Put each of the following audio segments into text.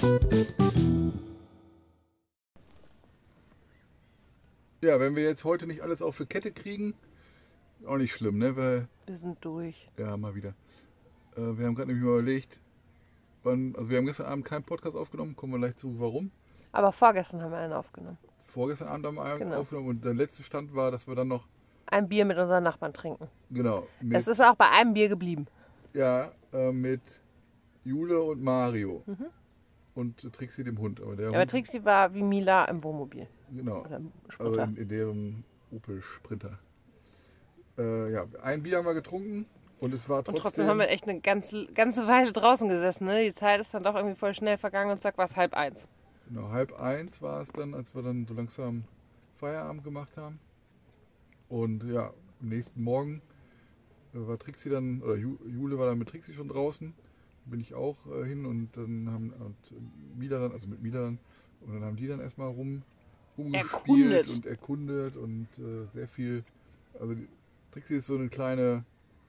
Ja, wenn wir jetzt heute nicht alles auf die Kette kriegen, auch nicht schlimm, ne? Weil, Wir sind durch. ja, mal wieder. Wir haben gerade nämlich mal überlegt, also wir haben gestern Abend keinen Podcast aufgenommen, kommen wir gleich zu, warum. Aber vorgestern haben wir einen aufgenommen. Vorgestern Abend haben wir einen Genau. aufgenommen und der letzte Stand war, dass wir dann noch, Ein Bier mit unseren Nachbarn trinken. genau, Es ist auch bei einem Bier geblieben. mit Jule und Mario und Trixie dem Hund. Aber der Aber Hund, Trixie war wie Mila im Wohnmobil. genau, Oder im also Sprinter. in deren Opel Sprinter. Ja, ein Bier haben wir getrunken und es war Und trotzdem haben wir echt eine ganze Weile draußen gesessen. Ne? Die Zeit ist dann doch irgendwie voll schnell vergangen und zack war es 12:30. Genau, 12:30 war es dann, als wir dann so langsam Feierabend gemacht haben. Und ja, am nächsten Morgen war Trixie dann, oder Jule war dann mit Trixie schon draußen. Bin ich auch hin und dann haben Mila dann, also mit Mila dann, und dann haben die dann erstmal rumgespielt und erkundet und sehr viel. Also Trixie ist so eine kleine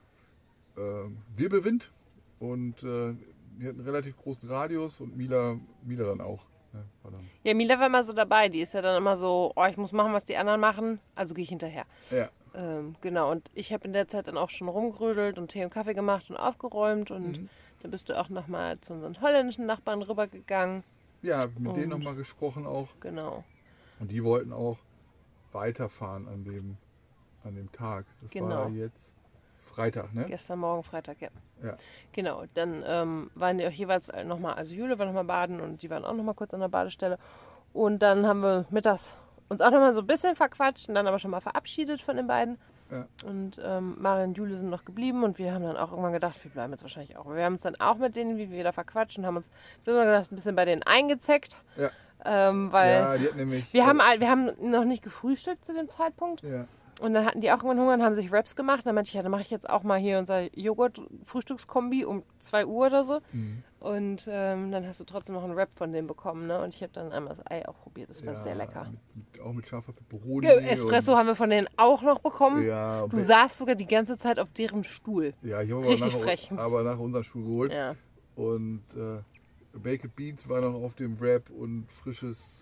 Wirbelwind und die hat einen relativ großen Radius und Mila dann auch. Ne, war dann, Ja, Mila war immer so dabei. Die ist ja dann immer so, oh, ich muss machen, was die anderen machen. Also gehe ich hinterher. ja. Genau, und ich habe in der Zeit dann auch schon rumgerödelt und Tee und Kaffee gemacht und aufgeräumt. Und dann bist du auch nochmal zu unseren holländischen Nachbarn rübergegangen. Ja, mit denen Und- nochmal gesprochen auch. Genau. Und die wollten auch weiterfahren an dem Tag. Das Genau. war jetzt Freitag, ne? Gestern Morgen, Freitag, ja. Ja. Genau, dann waren die auch jeweils nochmal, also Jule war nochmal baden und die waren auch nochmal kurz an der Badestelle. Und dann haben wir mittags uns auch nochmal so ein bisschen verquatscht und dann aber schon mal verabschiedet von den beiden. Ja. Und Mario und Jule sind noch geblieben und wir haben dann auch irgendwann gedacht, wir bleiben jetzt wahrscheinlich auch. Wir haben uns dann auch mit denen wie wieder verquatscht und haben uns, wie gesagt, ein bisschen bei denen eingezeckt. Ja. Weil Ja, die hat nämlich. wir haben noch nicht gefrühstückt zu dem Zeitpunkt. Ja. Und dann hatten die auch irgendwann Hunger und haben sich Wraps gemacht. Dann meinte ich, ja, dann mache ich jetzt auch mal hier unser Joghurt-Frühstückskombi um 2 Uhr oder so. Und dann hast du trotzdem noch einen Wrap von dem bekommen, ne? Und ich habe dann einmal das Ei auch probiert. Das war sehr lecker. Auch mit scharfer Peperoni. Espresso haben wir von denen auch noch bekommen. Ja, Du saßt sogar die ganze Zeit auf deren Stuhl. ja, ich habe Richtig frech. aber nach unserem Stuhl geholt. Ja. Und Baked Beans war noch auf dem Wrap und frisches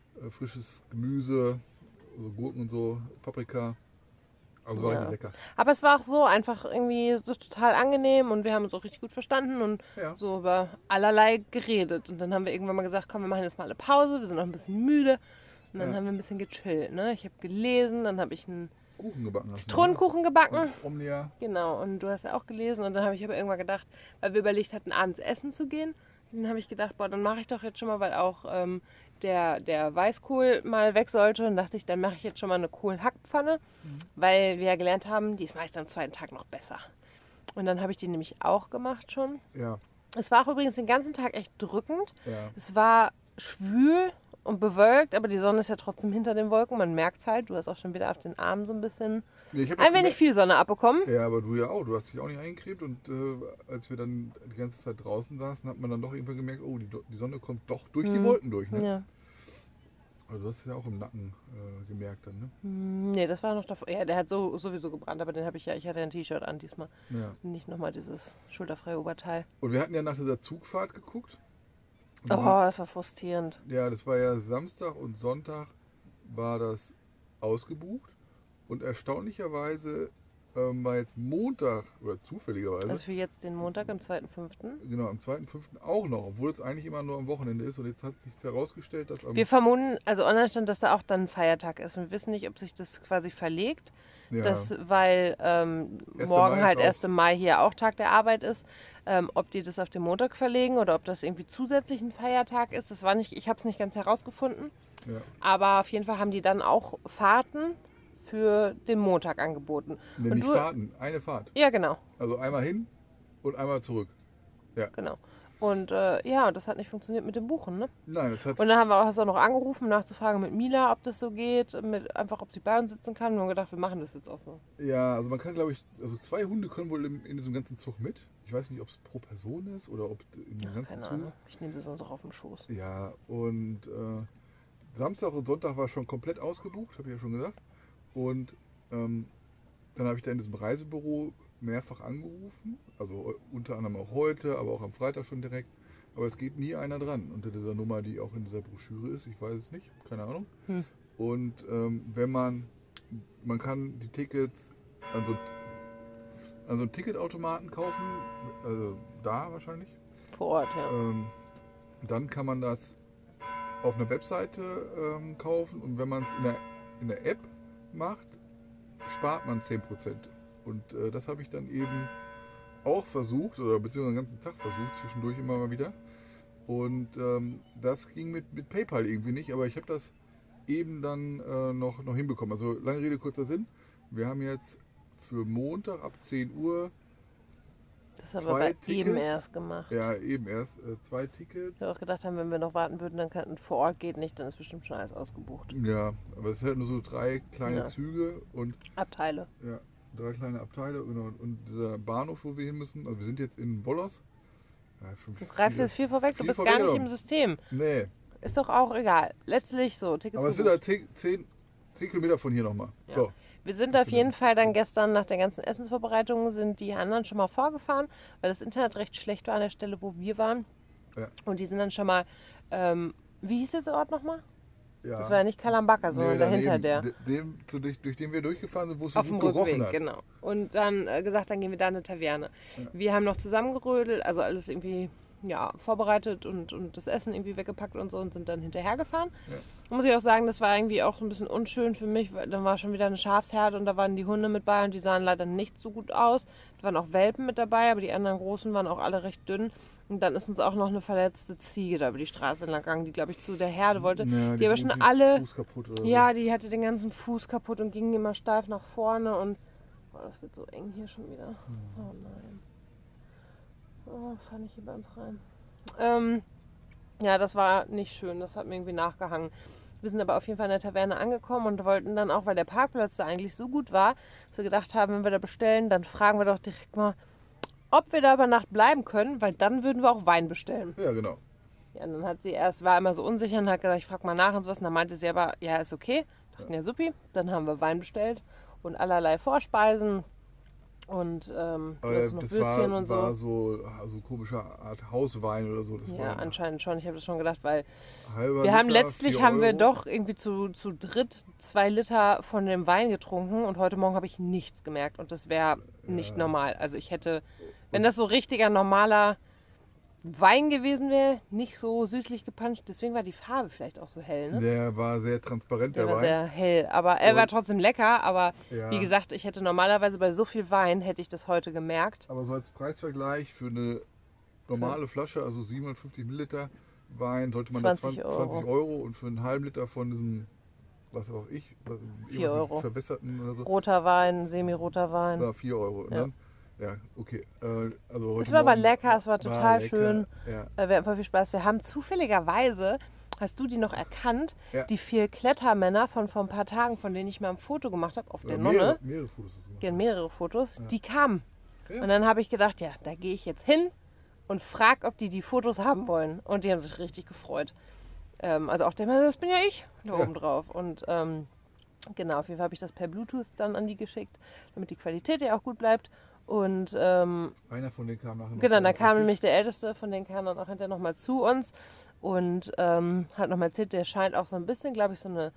Gemüse, also Gurken und so, Paprika. Also war richtig lecker. Aber es war auch so einfach irgendwie so total angenehm und wir haben uns auch richtig gut verstanden und Ja. so über allerlei geredet. Und dann haben wir irgendwann mal gesagt, komm, wir machen jetzt mal eine Pause, wir sind noch ein bisschen müde. Und dann haben wir ein bisschen gechillt. Ne? Ich habe gelesen, dann habe ich einen Kuchen gebacken. Zitronenkuchen gebacken. Und Omnia. Genau, und du hast ja auch gelesen. Und dann habe ich aber irgendwann gedacht, weil wir überlegt hatten, abends essen zu gehen. Dann habe ich gedacht, boah, dann mache ich doch jetzt schon mal, weil auch der Weißkohl mal weg sollte. Und dachte ich, dann mache ich jetzt schon mal eine Kohlhackpfanne. Weil wir ja gelernt haben, die ist meist am zweiten Tag noch besser. Und dann habe ich die nämlich auch gemacht schon. Ja. Es war auch übrigens den ganzen Tag echt drückend. Ja. Es war schwül und bewölkt, aber die Sonne ist ja trotzdem hinter den Wolken. Man merkt es halt, du hast auch schon wieder auf den Armen so ein bisschen Nee, ein wenig viel Sonne abbekommen. Ja, aber du ja auch. Du hast dich auch nicht eingecremt und als wir dann die ganze Zeit draußen saßen, hat man dann doch irgendwann gemerkt, oh, die Sonne kommt doch durch die Wolken durch. Ne? Ja. Also du hast es ja auch im Nacken gemerkt dann, ne? Nee, das war noch davor. Ja, der hat sowieso gebrannt, aber den habe ich hatte ein T-Shirt an diesmal. Ja. Nicht nochmal dieses schulterfreie Oberteil. Und wir hatten ja nach dieser Zugfahrt geguckt. Und Oh, das war frustrierend. ja, das war ja Samstag und Sonntag war das ausgebucht. Und erstaunlicherweise war jetzt Montag, oder zufälligerweise, Also für jetzt den Montag am 2.5. genau, am 2.5. auch noch, obwohl es eigentlich immer nur am Wochenende ist. Und jetzt hat sich herausgestellt, dass am Wir vermuten, also online stand, dass da auch dann ein Feiertag ist. Und wir wissen nicht, ob sich das quasi verlegt. ja, Weil morgen Mai halt ist 1. Mai hier auch Tag der Arbeit ist. Ob die das auf den Montag verlegen oder ob das irgendwie zusätzlich ein Feiertag ist, das war nicht, ich habe es nicht ganz herausgefunden. ja. Aber auf jeden Fall haben die dann auch Fahrten für den Montag angeboten. Nee, Und nicht Fahrten, eine Fahrt. Ja, genau. Also einmal hin und einmal zurück. Genau. Und ja, das hat nicht funktioniert mit dem Buchen, ne? Nein, das hat. Und dann hast du auch noch angerufen, nachzufragen mit Mila, ob das so geht, einfach ob sie bei uns sitzen kann. Und wir haben gedacht, wir machen das jetzt auch so. Ja, also man kann, glaube ich, also 2 Hunde können wohl in diesem ganzen Zug mit. Ich weiß nicht, ob es pro Person ist oder ob in dem ganzen Keine Zug. Ahnung. Ich nehme das sonst auch auf den Schoß. Ja, und Samstag und Sonntag war schon komplett ausgebucht, habe ich ja schon gesagt. Und dann habe ich da in diesem Reisebüro mehrfach angerufen, also unter anderem auch heute, aber auch am Freitag schon direkt, aber es geht nie einer dran unter dieser Nummer, die auch in dieser Broschüre ist. Ich weiß es nicht, keine Ahnung. Und wenn man kann die Tickets an so einem Ticketautomaten kaufen, also da wahrscheinlich. Vor Ort, ja. Dann kann man das auf einer Webseite kaufen und wenn man es in der App macht, spart man 10%. Und das habe ich dann eben auch versucht, oder beziehungsweise den ganzen Tag versucht, zwischendurch immer mal wieder. Und das ging mit PayPal irgendwie nicht, aber ich habe das eben dann noch hinbekommen. Also lange Rede, kurzer Sinn. Wir haben jetzt für Montag ab 10 Uhr Das haben wir bei eben erst gemacht. Ja, eben erst 2 Tickets. Wir auch gedacht haben, wenn wir noch warten würden, dann vor Ort geht nicht, dann ist bestimmt schon alles ausgebucht. Ja, aber es sind halt nur so 3 kleine Züge und Abteile. Ja, 3 kleine Abteile und dieser Bahnhof, wo wir hin müssen, also wir sind jetzt in Bollos. Ja, du greifst jetzt viel vorweg, du bist gar nicht im System. Nee. Ist doch auch egal. Letztlich so, Tickets. Aber es sind halt 10 Kilometer von hier nochmal. Ja. So. Wir sind auf jeden Fall dann gestern nach der ganzen Essensvorbereitung sind die anderen schon mal vorgefahren, weil das Internet recht schlecht war an der Stelle, wo wir waren. Ja. Und die sind dann schon mal, wie hieß der Ort nochmal? Ja. Das war ja nicht Kalambaka, sondern dahinter der. Durch den wir durchgefahren sind, wo es so auf gut dem gerochen Rückweg, hat. Genau. Und dann gesagt, dann gehen wir da in eine Taverne. Ja. Wir haben noch zusammengerödelt, also alles irgendwie vorbereitet und das Essen irgendwie weggepackt und so und sind dann hinterhergefahren. Ja. Muss ich auch sagen, das war irgendwie auch ein bisschen unschön für mich, weil dann war schon wieder eine Schafsherde und da waren die Hunde mit bei und die sahen leider nicht so gut aus. Da waren auch Welpen mit dabei, aber die anderen Großen waren auch alle recht dünn. Und dann ist uns auch noch eine verletzte Ziege da über die Straße entlang gegangen, die, glaube ich, zu der Herde wollte. Ja, die aber schon alle... Fuß kaputt oder ja, die hatte den ganzen Fuß kaputt und ging immer steif nach vorne und... Oh, das wird so eng hier schon wieder. Oh nein. Oh, fahr nicht hier bei uns rein. Ja, das war nicht schön. Das hat mir irgendwie nachgehangen. Wir sind aber auf jeden Fall in der Taverne angekommen und wollten dann auch, weil der Parkplatz da eigentlich so gut war, dass wir gedacht haben, wenn wir da bestellen, dann fragen wir doch direkt mal, ob wir da über Nacht bleiben können, weil dann würden wir auch Wein bestellen. Ja, genau. Ja, und dann hat sie war immer so unsicher und hat gesagt, ich frage mal nach und sowas. Und dann meinte sie aber, ja, ist okay. Dachten ja, supi. Dann haben wir Wein bestellt und allerlei Vorspeisen. Und noch Würstchen und so. War so komischer Art Hauswein oder so. Das ja, war anscheinend schon. Ich habe das schon gedacht, weil letztlich haben wir doch irgendwie zu dritt 2 Liter von dem Wein getrunken und heute Morgen habe ich nichts gemerkt und das wäre nicht normal. Also ich hätte, wenn das so richtiger normaler Wein gewesen wäre, nicht so süßlich gepanscht. Deswegen war die Farbe vielleicht auch so hell. Ne? Der war sehr transparent, der Wein. Der war sehr hell, aber er war trotzdem lecker. Aber wie gesagt, ich hätte normalerweise bei so viel Wein, hätte ich das heute gemerkt. Aber so als Preisvergleich für eine normale Flasche, also 750 Milliliter Wein, sollte man 20 Euro und für einen halben Liter von diesem, was auch ich, 4 Euro. Verwässerten oder so. Roter Wein, semi-roter Wein. Ja, 4 Euro. Und dann, ja, okay. Also es war aber lecker, es war total schön. Ja. Wir hatten voll viel Spaß. Wir haben zufälligerweise, hast du die noch erkannt, die 4 Klettermänner von vor ein paar Tagen, von denen ich mal ein Foto gemacht habe, auf der Nonne. Mehrere Fotos. Die kamen. Ja. Und dann habe ich gedacht, ja, da gehe ich jetzt hin und frage, ob die Fotos haben wollen. Und die haben sich richtig gefreut. Also auch der Mann, das bin ja ich, da oben drauf. Und genau, auf jeden Fall habe ich das per Bluetooth dann an die geschickt, damit die Qualität ja auch gut bleibt. Und einer von denen kam nachher noch. Genau, dann kam nämlich der Älteste, von denen kam dann auch hinterher nochmal zu uns und hat nochmal erzählt, der scheint auch so ein bisschen, glaube ich, so eine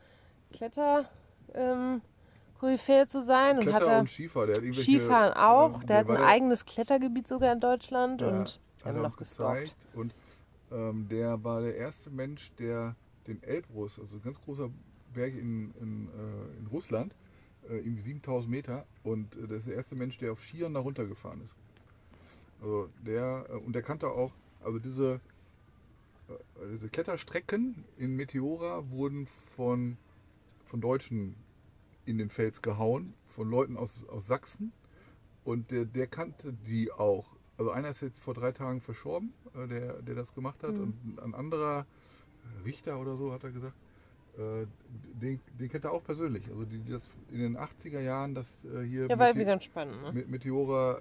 Koryphäe zu sein. Und Skifahren, der hat irgendwelche, Skifahren auch, der hat ein eigenes Klettergebiet sogar in Deutschland und hat er noch gestalkt. Und der war der erste Mensch, der den Elbrus, also ein ganz großer Berg in Russland, irgendwie 7000 Meter, und das ist der erste Mensch, der auf Skiern da runtergefahren ist. Also der kannte auch, also diese Kletterstrecken in Meteora wurden von Deutschen in den Fels gehauen, von Leuten aus Sachsen, und der kannte die auch. Also einer ist jetzt vor 3 Tagen verstorben, der das gemacht hat, und ein anderer, Richter oder so, hat er gesagt, den kennt er auch persönlich. Also die das in den 80er Jahren das hier war irgendwie ganz spannend, ne? Mit Meteora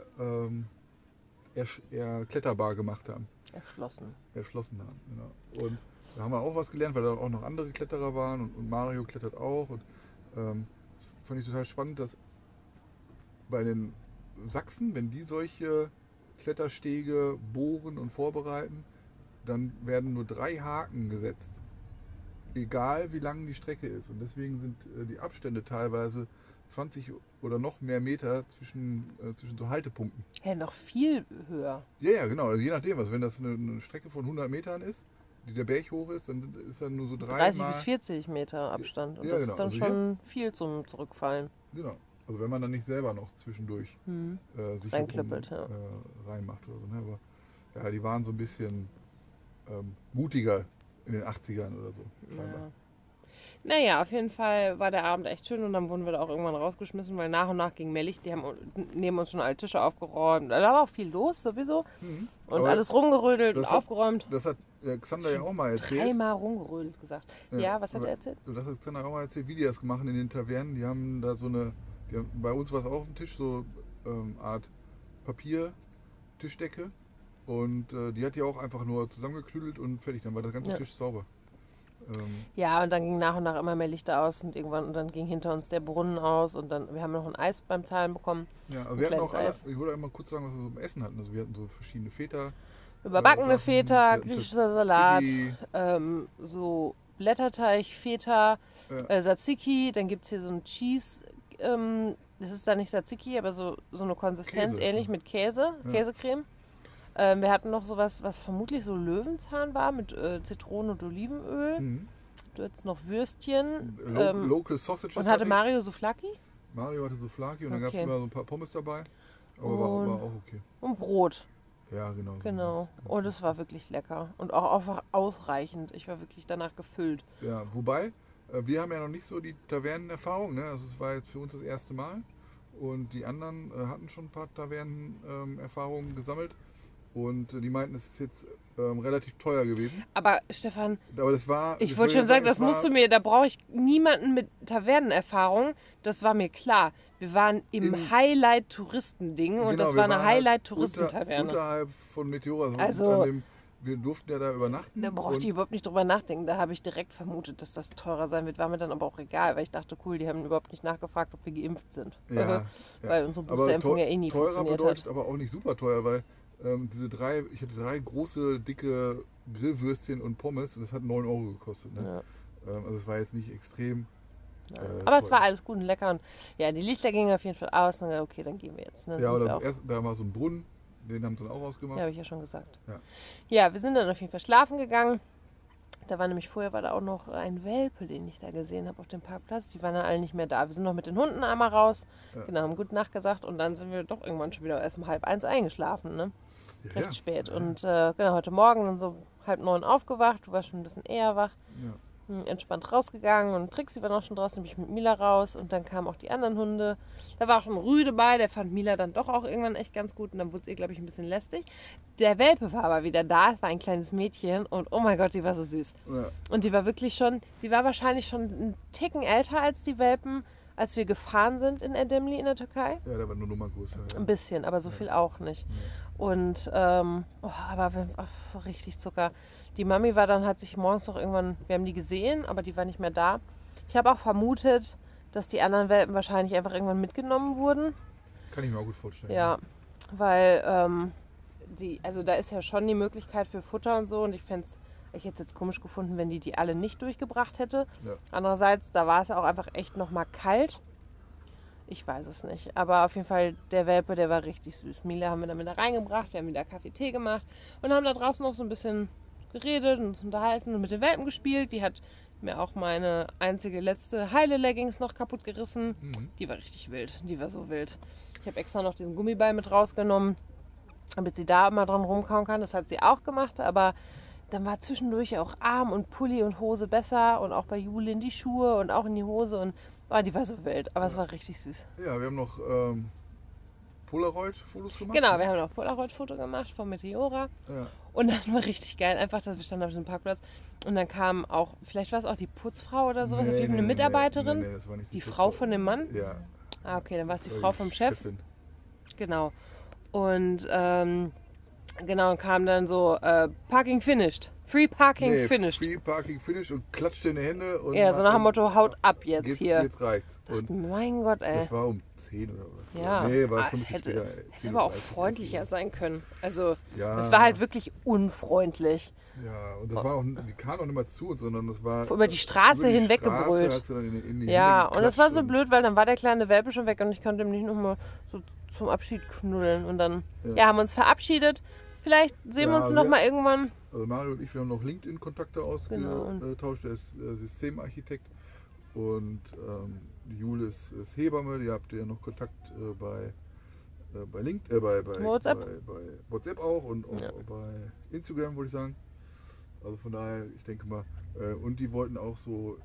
Kletterbar gemacht haben. Erschlossen haben, genau. Und da haben wir auch was gelernt, weil da auch noch andere Kletterer waren, und Mario klettert auch. Und das fand ich total spannend, dass bei den Sachsen, wenn die solche Kletterstege bohren und vorbereiten, dann werden nur 3 Haken gesetzt. Egal wie lang die Strecke ist. Und deswegen sind die Abstände teilweise 20 oder noch mehr Meter zwischen so Haltepunkten. Ja, noch viel höher. Ja, genau. Also je nachdem. Also wenn das eine Strecke von 100 Metern ist, die der Berg hoch ist, dann ist dann nur so 30 bis 40 Meter Abstand. Und Ja, das genau. ist dann Also schon viel zum Zurückfallen. Genau. Also wenn man dann nicht selber noch zwischendurch sich Reinklöppelt, ja. reinmacht oder so. Ne? Aber ja, die waren so ein bisschen mutiger in den 80ern oder so. Scheinbar. Ja. Naja, auf jeden Fall war der Abend echt schön und dann wurden wir da auch irgendwann rausgeschmissen, weil nach und nach ging mehr Licht. Die haben neben uns schon alle Tische aufgeräumt. Da war auch viel los sowieso. Und Aber alles rumgerödelt und aufgeräumt. Das hat Xander ja auch mal erzählt. 3-mal rumgerödelt gesagt. Ja, was hat er erzählt? Das hat Xander auch mal erzählt, wie die das gemacht in den Tavernen. Die haben da bei uns war es auch auf dem Tisch, so Art Papier-Tischdecke. Und die hat die auch einfach nur zusammengeknüdelt und fertig. Dann war der ganze Tisch sauber. Ja, und dann ging nach und nach immer mehr Lichter aus und dann ging hinter uns der Brunnen aus und dann, wir haben noch ein Eis beim Zahlen bekommen. Ja, also wir hatten auch ich wollte einmal kurz sagen, was wir so im Essen hatten. Also wir hatten so verschiedene Feta. Überbackene Feta, griechischer Salat, so Blätterteig, Feta, Tzatziki, dann gibt es hier so ein Cheese, das ist da nicht Tzatziki, aber so eine Konsistenz, Käse, ähnlich mit Käse, Käsecreme. Wir hatten noch sowas, was vermutlich so Löwenzahn war, mit Zitronen und Olivenöl. Du hattest noch Würstchen. Local Sausages. Und hatte Mario Souvlaki? Mario hatte Souvlaki und dann gab es immer so ein paar Pommes dabei. Aber war auch okay. Und Brot. Ja, genau. Genau. Und es war wirklich lecker. Und auch einfach ausreichend. Ich war wirklich danach gefüllt. Ja, wobei, wir haben ja noch nicht so die Tavernenerfahrung. Ne? Also es war jetzt für uns das erste Mal. Und die anderen hatten schon ein paar Tavernenerfahrungen gesammelt. Und die meinten, es ist jetzt relativ teuer gewesen. Aber Stefan, aber das war, ich wollte schon sagen, das musst du mir, da brauche ich niemanden mit Tavernenerfahrung. Das war mir klar. Wir waren im Highlight-Touristending und das war eine Highlight-Touristentaverne. Unterhalb von Meteora. Also, wir durften ja da übernachten. Da brauchte ich überhaupt nicht drüber nachdenken. Da habe ich direkt vermutet, dass das teurer sein wird. War mir dann aber auch egal, weil ich dachte, cool, die haben überhaupt nicht nachgefragt, ob wir geimpft sind. Ja, weil unsere Boosterimpfung ja eh nie funktioniert bedeutet hat. Aber auch nicht super teuer, weil ich hatte 3 große, dicke Grillwürstchen und Pommes und das hat 9 Euro gekostet. Ne? Ja. Also es war jetzt nicht extrem. Aber es war alles gut und lecker und ja, die Lichter gingen auf jeden Fall aus und dann, okay, dann gehen wir jetzt. Ne? Ja, aber da war so ein Brunnen, den haben sie dann auch ausgemacht. Ja, habe ich ja schon gesagt. Ja. Ja, wir sind dann auf jeden Fall schlafen gegangen. Da war nämlich vorher da auch noch ein Welpe, den ich da gesehen habe auf dem Parkplatz. Die waren dann alle nicht mehr da. Wir sind noch mit den Hunden einmal raus, genau, haben Gute Nacht gesagt und dann sind wir doch irgendwann schon wieder erst um 12:30 eingeschlafen, ne? Ja, recht spät. Und genau, heute Morgen dann so 8:30 aufgewacht. Du warst schon ein bisschen eher wach. Ja. Entspannt rausgegangen und Trixie war noch schon draußen, bin ich mit Mila raus und dann kamen auch die anderen Hunde. Da war auch ein Rüde bei, der fand Mila dann doch auch irgendwann echt ganz gut und dann wurde es ihr, glaube ich, ein bisschen lästig. Der Welpe war aber wieder da, es war ein kleines Mädchen und oh mein Gott, die war so süß. Ja. Und die war wirklich schon, sie war wahrscheinlich schon einen Ticken älter als die Welpen, als wir gefahren sind in Erdemli in der Türkei. Ja, der war nur Nummer größer. Ja. Ein bisschen, aber so viel auch nicht. Ja. Und, aber richtig Zucker. Die Mami war dann, hat sich morgens noch irgendwann, wir haben die gesehen, aber die war nicht mehr da. Ich habe auch vermutet, dass die anderen Welpen wahrscheinlich einfach irgendwann mitgenommen wurden. Kann ich mir auch gut vorstellen. Ja, weil also da ist ja schon die Möglichkeit für Futter und so und ich hätte es jetzt komisch gefunden, wenn die alle nicht durchgebracht hätte. Ja. Andererseits, da war es ja auch einfach echt nochmal kalt. Ich weiß es nicht. Aber auf jeden Fall, der Welpe, der war richtig süß. Mila haben wir dann wieder reingebracht. Wir haben wieder Kaffee, Tee gemacht. Und haben da draußen noch so ein bisschen geredet und uns unterhalten und mit den Welpen gespielt. Die hat mir auch meine einzige letzte heile Leggings noch kaputt gerissen. Mhm. Die war richtig wild. Die war so wild. Ich habe extra noch diesen Gummiball mit rausgenommen, damit sie da immer dran rumkauen kann. Das hat sie auch gemacht. Aber dann war zwischendurch auch Arm und Pulli und Hose besser. Und auch bei Julin die Schuhe und auch in die Hose. Und die war so wild, aber es war richtig süß. Ja, wir haben noch Polaroid-Fotos gemacht. Genau, wir haben noch Polaroid-Foto gemacht von Meteora. Ja. Und dann war richtig geil, einfach, dass wir standen auf diesem Parkplatz. Und dann kam auch, vielleicht war es auch die Putzfrau oder sowas, auf jeden Fall eine Mitarbeiterin. Nee, das war nicht die Frau von dem Mann? Ja. Ah, okay, dann war es die Frau vom Chef. Chefin. Genau. Und genau, kam dann so, Parking finished. Free Parking finished. Free Parking finished und klatschte in die Hände. Und ja, so nach dem Motto, haut ab jetzt hier. Jetzt reicht's. Und mein Gott, ey. das war um 10 oder was? Ja, nee, war es hätte aber auch freundlicher sein können. Also, es war halt wirklich unfreundlich. Ja, und das war auch, die kam auch nicht mal zu uns, sondern das war Über die Straße hinweggebrüllt. Hat sie dann in die Ja, Hände und das war so geklatscht blöd, weil dann war der kleine Welpe schon weg und ich konnte ihm nicht nochmal so zum Abschied knuddeln. Und dann haben wir uns verabschiedet. Vielleicht sehen wir uns nochmal irgendwann. Also Mario und ich, wir haben noch LinkedIn-Kontakte ausgetauscht. Der ist Systemarchitekt und die Jule ist Hebamme. Die habt ihr noch Kontakt bei WhatsApp auch und auch bei Instagram, würde ich sagen. Also von daher, ich denke mal, und die wollten auch so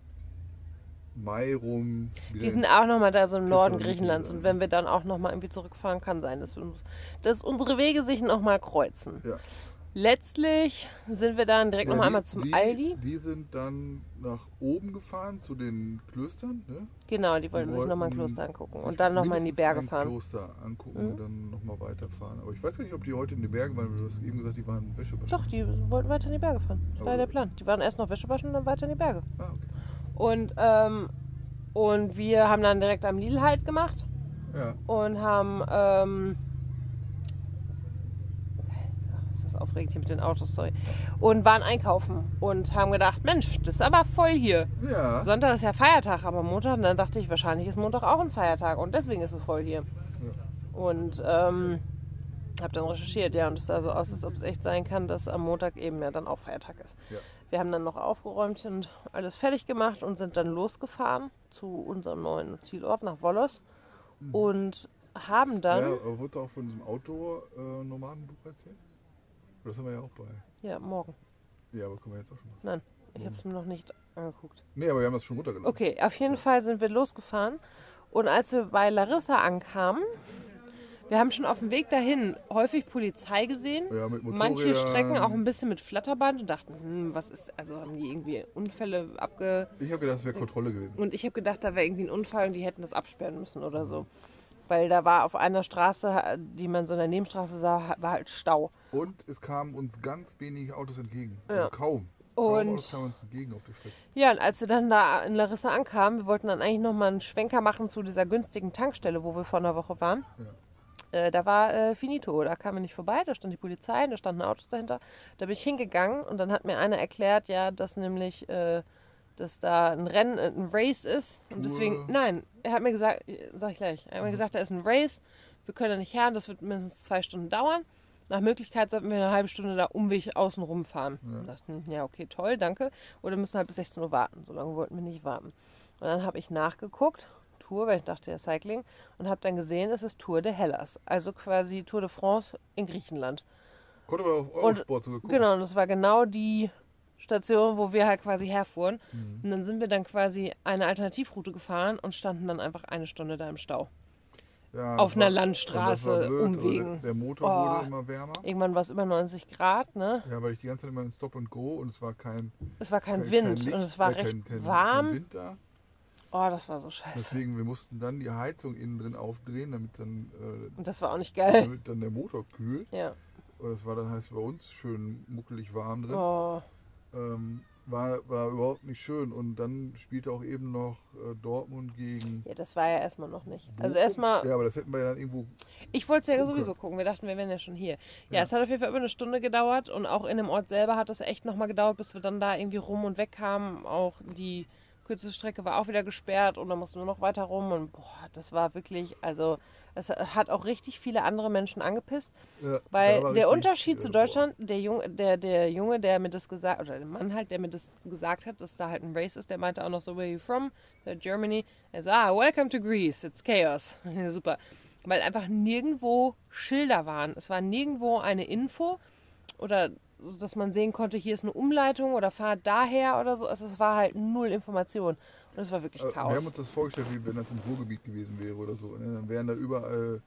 Mai rum. Die sind auch nochmal da so im Norden Griechenlands und wenn wir dann auch nochmal irgendwie zurückfahren, kann sein, dass unsere Wege sich nochmal kreuzen. Ja. Letztlich sind wir dann direkt nochmal einmal zum Aldi. Die sind dann nach oben gefahren zu den Klöstern, ne? Genau, die wollten sich nochmal ein Kloster angucken und dann nochmal in die Berge fahren. Kloster angucken und dann nochmal weiterfahren. Aber ich weiß gar nicht, ob die heute in die Berge waren, weil du hast eben gesagt, die waren Wäschewaschen. Doch, die wollten weiter in die Berge fahren. Das war ja der Plan. Die waren erst noch Wäschewaschen und dann weiter in die Berge. Ah, Und okay. wir haben dann direkt am Lidl halt gemacht. Ja. Und haben ist das aufregend hier mit den Autos, sorry. Und waren einkaufen und haben gedacht, Mensch, das ist aber voll hier. Ja. Sonntag ist ja Feiertag, aber Montag, und dann dachte ich, wahrscheinlich ist Montag auch ein Feiertag und deswegen ist es voll hier. Ja. Und habe dann recherchiert, ja, und es sah so aus, als ob es echt sein kann, dass am Montag eben ja dann auch Feiertag ist. Ja. Wir haben dann noch aufgeräumt und alles fertig gemacht und sind dann losgefahren zu unserem neuen Zielort nach Volos und haben dann... Ja, aber wurde auch von diesem Outdoor-Nomadenbuch erzählt? Das haben wir ja auch bei. Ja, morgen. Ja, aber können wir jetzt auch schon machen. Nein, ich habe es mir noch nicht angeguckt. Nee, aber wir haben das schon runtergeladen. Okay, auf jeden Fall sind wir losgefahren und als wir bei Larissa ankamen, wir haben schon auf dem Weg dahin häufig Polizei gesehen, ja, mit manche Strecken auch ein bisschen mit Flatterband und dachten, was ist, also haben die irgendwie Unfälle Ich habe gedacht, das wäre Kontrolle gewesen. Und ich habe gedacht, da wäre irgendwie ein Unfall und die hätten das absperren müssen oder so. Weil da war auf einer Straße, die man so in der Nebenstraße sah, war halt Stau. Und es kamen uns ganz wenige Autos entgegen. Ja. Also kaum. Und kamen uns entgegen auf der Strecke. Ja, und als wir dann da in Larissa ankamen, wir wollten dann eigentlich nochmal einen Schwenker machen zu dieser günstigen Tankstelle, wo wir vor einer Woche waren. Ja. Da war finito, da kamen wir nicht vorbei, da stand die Polizei, da standen Autos dahinter. Da bin ich hingegangen und dann hat mir einer erklärt, ja, dass nämlich, dass da ein Rennen, ein Race ist. Und deswegen, nein, er hat mir gesagt, sag ich gleich, er hat mir gesagt, da ist ein Race, wir können da nicht her, das wird mindestens 2 Stunden dauern. Nach Möglichkeit sollten wir eine halbe Stunde da Umweg außen rumfahren. Ja. Und dachten, ja, okay, toll, danke. Oder müssen halt bis 16 Uhr warten. So lange wollten wir nicht warten. Und dann habe ich nachgeguckt, Tour, weil ich dachte, ja, Cycling, und habe dann gesehen, es ist Tour de Hellas. Also quasi Tour de France in Griechenland. Konnte man auf Eurosport sogar gucken. Genau, und das war genau die Station, wo wir halt quasi herfuhren. Und dann sind wir dann quasi eine Alternativroute gefahren und standen dann einfach 1 Stunde da im Stau. Ja, auf einer Landstraße, blöd, Umwegen. Der Motor wurde immer wärmer. Irgendwann war es über 90 Grad, ne? Ja, weil ich die ganze Zeit immer in Stop and Go und es war kein Wind Licht, und es war recht warm. Kein Wind da. Oh, das war so scheiße. Deswegen, wir mussten dann die Heizung innen drin aufdrehen, damit dann, und das war auch nicht geil. Damit dann der Motor kühlt. Ja. Und das war dann heißt bei uns schön muckelig warm drin. Oh. War überhaupt nicht schön. Und dann spielte auch eben noch Dortmund gegen... Ja, das war ja erstmal noch nicht. Bochum. Also erstmal... Ja, aber das hätten wir ja dann irgendwo... Ich wollte es ja sowieso gucken. Wir dachten, wir wären ja schon hier. Ja, es hat auf jeden Fall über 1 Stunde gedauert. Und auch in dem Ort selber hat es echt nochmal gedauert, bis wir dann da irgendwie rum und weg kamen. Auch die kürzeste Strecke war auch wieder gesperrt. Und dann mussten wir noch weiter rum. Und boah, das war wirklich... Also... Es hat auch richtig viele andere Menschen angepisst, Ja, weil der Unterschied zu Deutschland, der Junge, der mir das gesagt, oder der Mann halt, der mir das gesagt hat, dass da halt ein Race ist, der meinte auch noch so, where are you from? Germany. Er so, welcome to Greece, it's chaos. Super. Weil einfach nirgendwo Schilder waren. Es war nirgendwo eine Info oder dass man sehen konnte, hier ist eine Umleitung oder fahrt daher oder so. Also es war halt 0 Information. Und es war wirklich Chaos. Wir haben uns das vorgestellt, wie wenn das im Ruhrgebiet gewesen wäre oder so. Ne? Dann wären da überall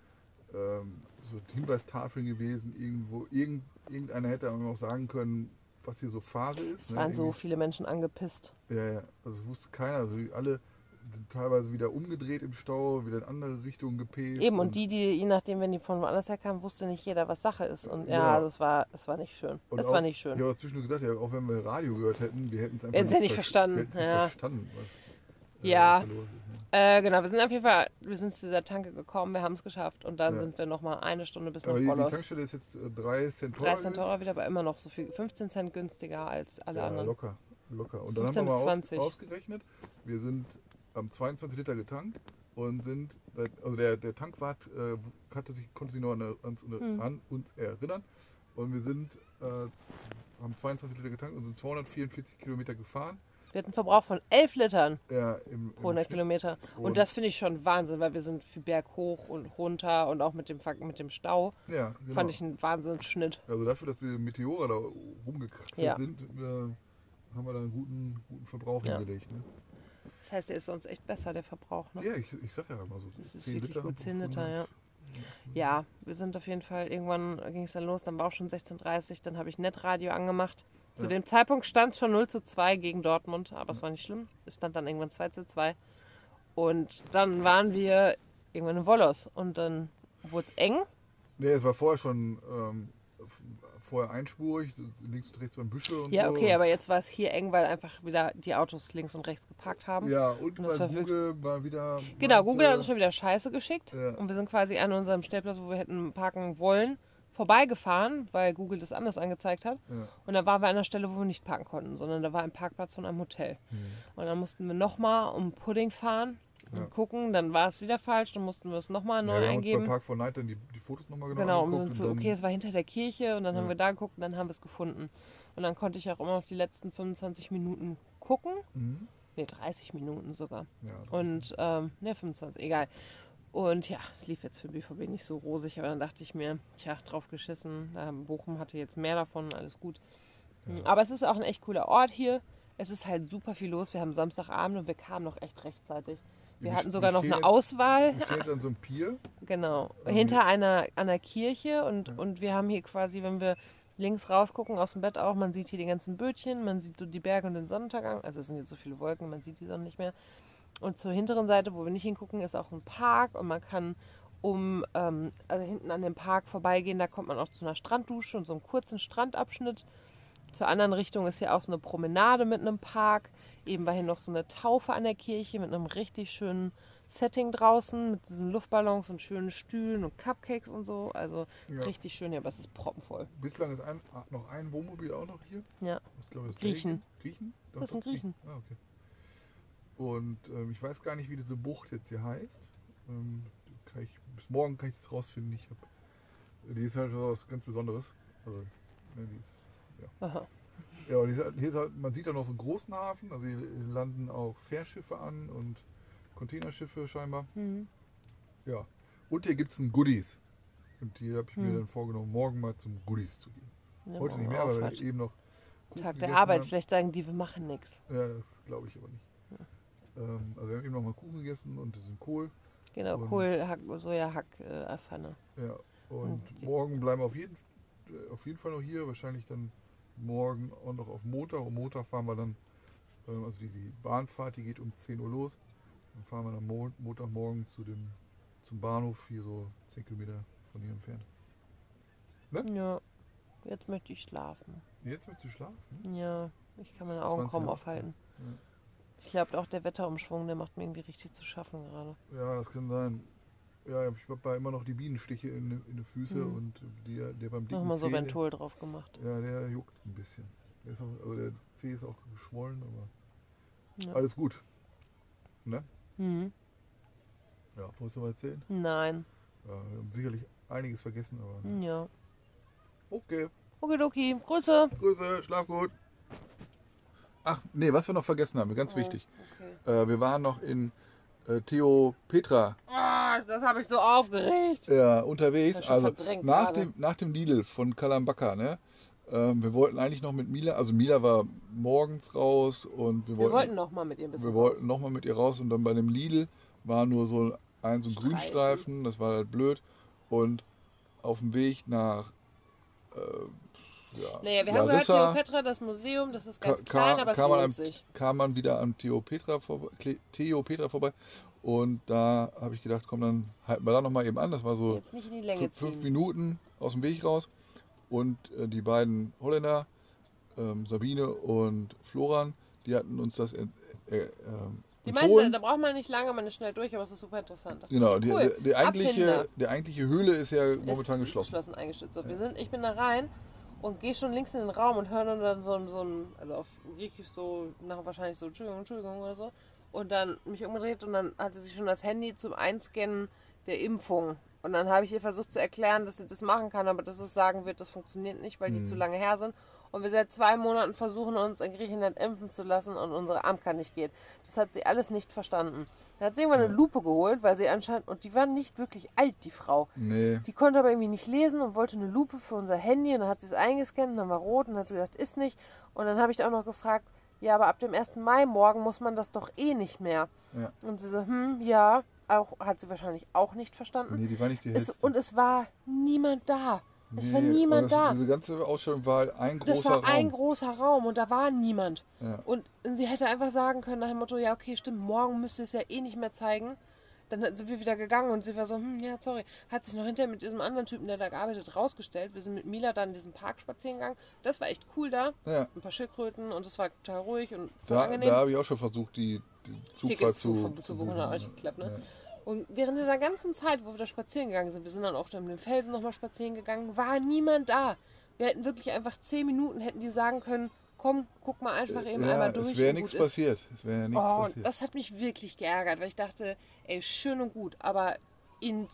so Hinweistafeln gewesen. Irgendeiner hätte auch sagen können, was hier so Phase ist. Es waren so viele Menschen angepisst. Ja. Also es wusste keiner. Also alle sind teilweise wieder umgedreht im Stau, wieder in andere Richtungen gepäst. Eben, und die, je nachdem, wenn die von woanders herkamen, wusste nicht jeder, was Sache ist. Und ja, also es war nicht schön. Es war nicht schön. Ich habe auch zwischendurch gesagt, ja, auch wenn wir Radio gehört hätten, wir hätten es einfach nicht verstanden. verstanden. Ja. Was da los ist, Genau, wir sind auf jeden Fall, wir sind zu dieser Tanke gekommen, wir haben es geschafft und dann Ja. sind wir nochmal eine Stunde bis nach Aber die Volos. Tankstelle ist jetzt 3 Cent 3 Cent teurer wieder, aber immer noch so viel, 15 Cent günstiger als alle Ja, anderen. locker. Und dann haben 15 wir bis mal 20. ausgerechnet, wir sind am 22 Liter getankt und sind, also der Tankwart konnte sich noch an uns erinnern und wir sind, haben 22 Liter getankt und sind 244 Kilometer gefahren. Wir hatten einen Verbrauch von 11 Litern Ja, pro 100 Schnitt. Kilometer. Und das finde ich schon Wahnsinn, weil wir sind viel berghoch und runter und auch mit dem Stau. Ja, genau. Fand ich einen Wahnsinnsschnitt. Also dafür, dass wir Meteore da rumgekraxelt sind, haben wir da einen guten Verbrauch hingelegt. Ne? Das heißt, der ist sonst echt besser, der Verbrauch. Ne? Ja, ich sag ja immer so. Das ist wirklich gut, 10 Liter, ja. Ja, wir sind auf jeden Fall, irgendwann ging es dann los, dann war auch schon 16:30 Uhr, dann habe ich Netradio angemacht. Zu dem Zeitpunkt stand es schon 0:2 gegen Dortmund, aber es war nicht schlimm. Es stand dann irgendwann 2:2. Und dann waren wir irgendwann in Volos und dann wurde es eng. Nee, es war vorher schon vorher einspurig, links und rechts waren Büsche und Ja, so. okay, aber jetzt war es hier eng, weil einfach wieder die Autos links und rechts geparkt haben. Ja, und das weil war Google mal wieder... Genau, Google hat uns schon wieder Scheiße geschickt. Ja. Und wir sind quasi an unserem Stellplatz, wo wir hätten parken wollen, vorbeigefahren, weil Google das anders angezeigt hat. Ja. Und da waren wir an einer Stelle, wo wir nicht parken konnten, sondern da war ein Parkplatz von einem Hotel. Und dann mussten wir nochmal um Pudding fahren und gucken, dann war es wieder falsch, dann mussten wir es nochmal neu wir haben eingeben. uns bei Park4Night dann die Fotos nochmal Genau, und angeguckt. sind so, okay, es war hinter der Kirche und dann haben wir da geguckt und dann haben wir es gefunden. Und dann konnte ich auch immer noch die letzten 25 Minuten gucken. Ne, 30 Minuten sogar. Ja. Und, ne, 25, egal. Und ja, es lief jetzt für BVB nicht so rosig, aber dann dachte ich mir, tja, drauf geschissen. Bochum hatte jetzt mehr davon, alles gut. Ja. Aber es ist auch ein echt cooler Ort hier. Es ist halt super viel los. Wir haben Samstagabend und wir kamen noch echt rechtzeitig. Wir hatten sogar noch eine Auswahl. Wir stehen jetzt an so einem Pier. Genau, hinter einer Kirche und wir haben hier quasi, wenn wir links rausgucken aus dem Bett auch, man sieht hier die ganzen Bötchen, man sieht so die Berge und den Sonnenuntergang, also es sind jetzt so viele Wolken, man sieht die Sonne nicht mehr. Und zur hinteren Seite, wo wir nicht hingucken, ist auch ein Park und man kann also hinten an dem Park vorbeigehen, da kommt man auch zu einer Stranddusche und so einem kurzen Strandabschnitt. Zur anderen Richtung ist hier auch so eine Promenade mit einem Park. Eben war hier noch so eine Taufe an der Kirche mit einem richtig schönen Setting draußen, mit diesen Luftballons und schönen Stühlen und Cupcakes und so. Also richtig schön hier, aber es ist proppenvoll. Bislang ist noch ein Wohnmobil auch noch hier. Ja. Ich glaube, das ist Griechen. Griechen? Das sind Griechen. Ah, okay. Und ich weiß gar nicht, wie diese Bucht jetzt hier heißt. Bis morgen kann ich das rausfinden. Die ist halt was ganz Besonderes. Also, ne, die ist, ja. Aha. Ja, und hier ist halt, man sieht da noch so einen großen Hafen. Also hier landen auch Fährschiffe an und Containerschiffe scheinbar. Ja. Und hier gibt es ein Goodies. Und hier habe ich mir dann vorgenommen, morgen mal zum Goodies zu gehen. Ja, heute nicht mehr, weil wir eben noch Kuchen Tag der gegessen Arbeit, haben. vielleicht sagen die, wir machen nichts. Ja, das glaube ich aber nicht. Also wir haben eben noch mal Kuchen gegessen und diesen Kohl. Genau, Und- Kohl, Sojahack, Pfanne. Ja, und morgen bleiben wir auf jeden Fall noch hier. Wahrscheinlich dann morgen auch noch auf Montag. Um Montag fahren wir dann, also die Bahnfahrt, die geht um 10 Uhr los. Dann fahren wir dann Montagmorgen zum Bahnhof, hier so 10 Kilometer von hier entfernt. Ja, jetzt möchte ich schlafen. Jetzt willst du schlafen? Ja, ich kann meine Augen 20 kaum nach aufhalten. Ja. Ich glaube auch der Wetterumschwung, der macht mir irgendwie richtig zu schaffen gerade. Ja, das kann sein. Ja, ich habe da immer noch die Bienenstiche in den Füßen und der beim dicken Nochmal so Zeh, Menthol drauf gemacht. ja, der juckt ein bisschen. Der Zeh ist auch geschwollen, aber Ja. alles gut. Ne? Mhm. Ja, wolltest du mal erzählen? Nein. Ja, wir haben sicherlich einiges vergessen, aber Ja. okay. Okidoki, Grüße. Grüße, schlaf gut. Ach, nee, was wir noch vergessen haben, ganz wichtig. Okay. Wir waren noch in Theo Petra Das habe ich so aufgeregt. unterwegs. Das hab ich schon verdrängt gerade. Nach dem Lidl von Kalambaka, ne? Wir wollten eigentlich noch mit Mila, also Mila war morgens raus und wir wollten noch mal mit ihr ein bisschen wir wollten noch mal mit ihr raus und dann bei dem Lidl war nur so ein Grünstreifen, das war halt blöd. Und auf dem Weg nach Naja, wir haben gehört, Theopetra, das Museum, das ist ganz klein, aber es lohnt sich. kam man wieder an Theo Petra vorbei und da habe ich gedacht, komm, dann halten wir da noch mal eben an. Das war so Jetzt nicht in die Länge 5 ziehen. Minuten aus dem Weg raus und die beiden Holländer, Sabine und Florian, die hatten uns das Die Und meinten, Fohlen, da braucht man nicht lange, man ist schnell durch, aber es ist super interessant. Dachte genau, ich, cool. die Abhinder eigentliche Höhle ist ja momentan ist geschlossen. eingestürzt. So, ich bin da rein und gehe schon links in den Raum und höre dann so ein, also auf Griechisch so, nachher wahrscheinlich so, Entschuldigung oder so. Und dann mich umgedreht und dann hatte sie schon das Handy zum Einscannen der Impfung. Und dann habe ich ihr versucht zu erklären, dass sie das machen kann, aber dass es sagen wird, das funktioniert nicht, weil die zu lange her sind. Und wir seit 2 Monaten versuchen, uns in Griechenland impfen zu lassen und unsere Amka nicht geht. Das hat sie alles nicht verstanden. Dann hat sie irgendwann eine Lupe geholt, weil sie anscheinend, und die war nicht wirklich alt, die Frau. Nee. Die konnte aber irgendwie nicht lesen und wollte eine Lupe für unser Handy und dann hat sie es eingescannt und dann war rot und dann hat sie gesagt, ist nicht. Und dann habe ich auch noch gefragt, ja, aber ab dem 1. Mai morgen muss man das doch eh nicht mehr. Ja. Und sie so, ja, auch, hat sie wahrscheinlich auch nicht verstanden. Nee, die war nicht die hellste. Und es war niemand da. Es war Nee, niemand da. Diese ganze Ausstellung war halt ein großer Das war Raum. ein großer Raum und da war niemand. Ja. Und sie hätte einfach sagen können nach dem Motto, ja okay, stimmt, morgen müsste es ja eh nicht mehr zeigen. Dann sind wir wieder gegangen und sie war so, ja, sorry. Hat sich noch hinterher mit diesem anderen Typen, der da gearbeitet, rausgestellt. Wir sind mit Mila dann in diesem Park spazieren gegangen. Das war echt cool da. Ja. Ein paar Schildkröten und es war total ruhig und voll Da angenehm. habe ich auch schon versucht, die Zugfahrt Tickets zu buchen, hat auch nicht geklappt, ne? Ja. Und während dieser ganzen Zeit, wo wir da spazieren gegangen sind, wir sind dann auch in den Felsen nochmal spazieren gegangen, war niemand da. Wir hätten wirklich einfach 10 Minuten, hätten die sagen können, komm, guck mal einfach eben einmal durch. Es wäre und nichts gut ist. passiert. Es wäre ja nichts Und passiert. das hat mich wirklich geärgert, weil ich dachte, ey, schön und gut, aber in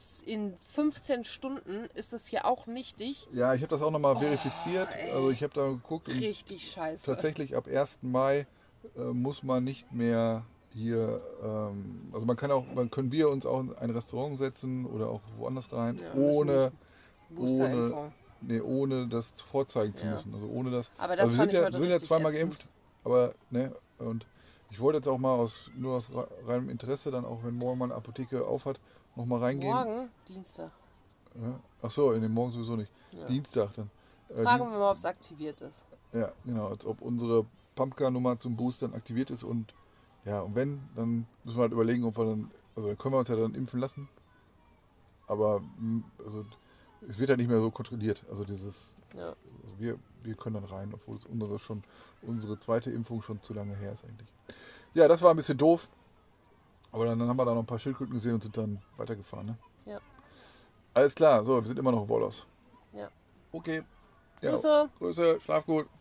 15 Stunden ist das hier auch nichtig. Ja, ich habe das auch nochmal verifiziert. Also ich habe da geguckt und Richtig scheiße. tatsächlich ab 1. Mai muss man nicht mehr hier, also können wir uns auch in ein Restaurant setzen oder auch woanders rein, Ja, ohne Boosterimpfung. das vorzeigen zu Ja. müssen. Also ohne das. Aber das Also wir fand sind ich ja, heute wir sind ja richtig zweimal ätzend. geimpft, aber ne, und ich wollte jetzt auch mal nur aus reinem Interesse, dann auch wenn morgen mal eine Apotheke auf hat, nochmal reingehen. Morgen, Dienstag. Ja. Ach so, in den Morgen sowieso nicht. Ja. Dienstag dann. Fragen wir mal, ob es aktiviert ist. Ja, genau, als ob unsere Pumpkin-Nummer zum Boostern aktiviert ist und ja, und wenn, dann müssen wir halt überlegen, ob wir dann, also dann können wir uns ja dann impfen lassen. Aber also es wird halt nicht mehr so kontrolliert. Also Ja. also wir können dann rein, obwohl es unsere zweite Impfung schon zu lange her ist eigentlich. Ja, das war ein bisschen doof. Aber dann haben wir da noch ein paar Schildkröten gesehen und sind dann weitergefahren. Ne? Ja. Alles klar, so, wir sind immer noch Wollers. Ja. Okay. Ja, Grüße. Grüße, schlaf gut.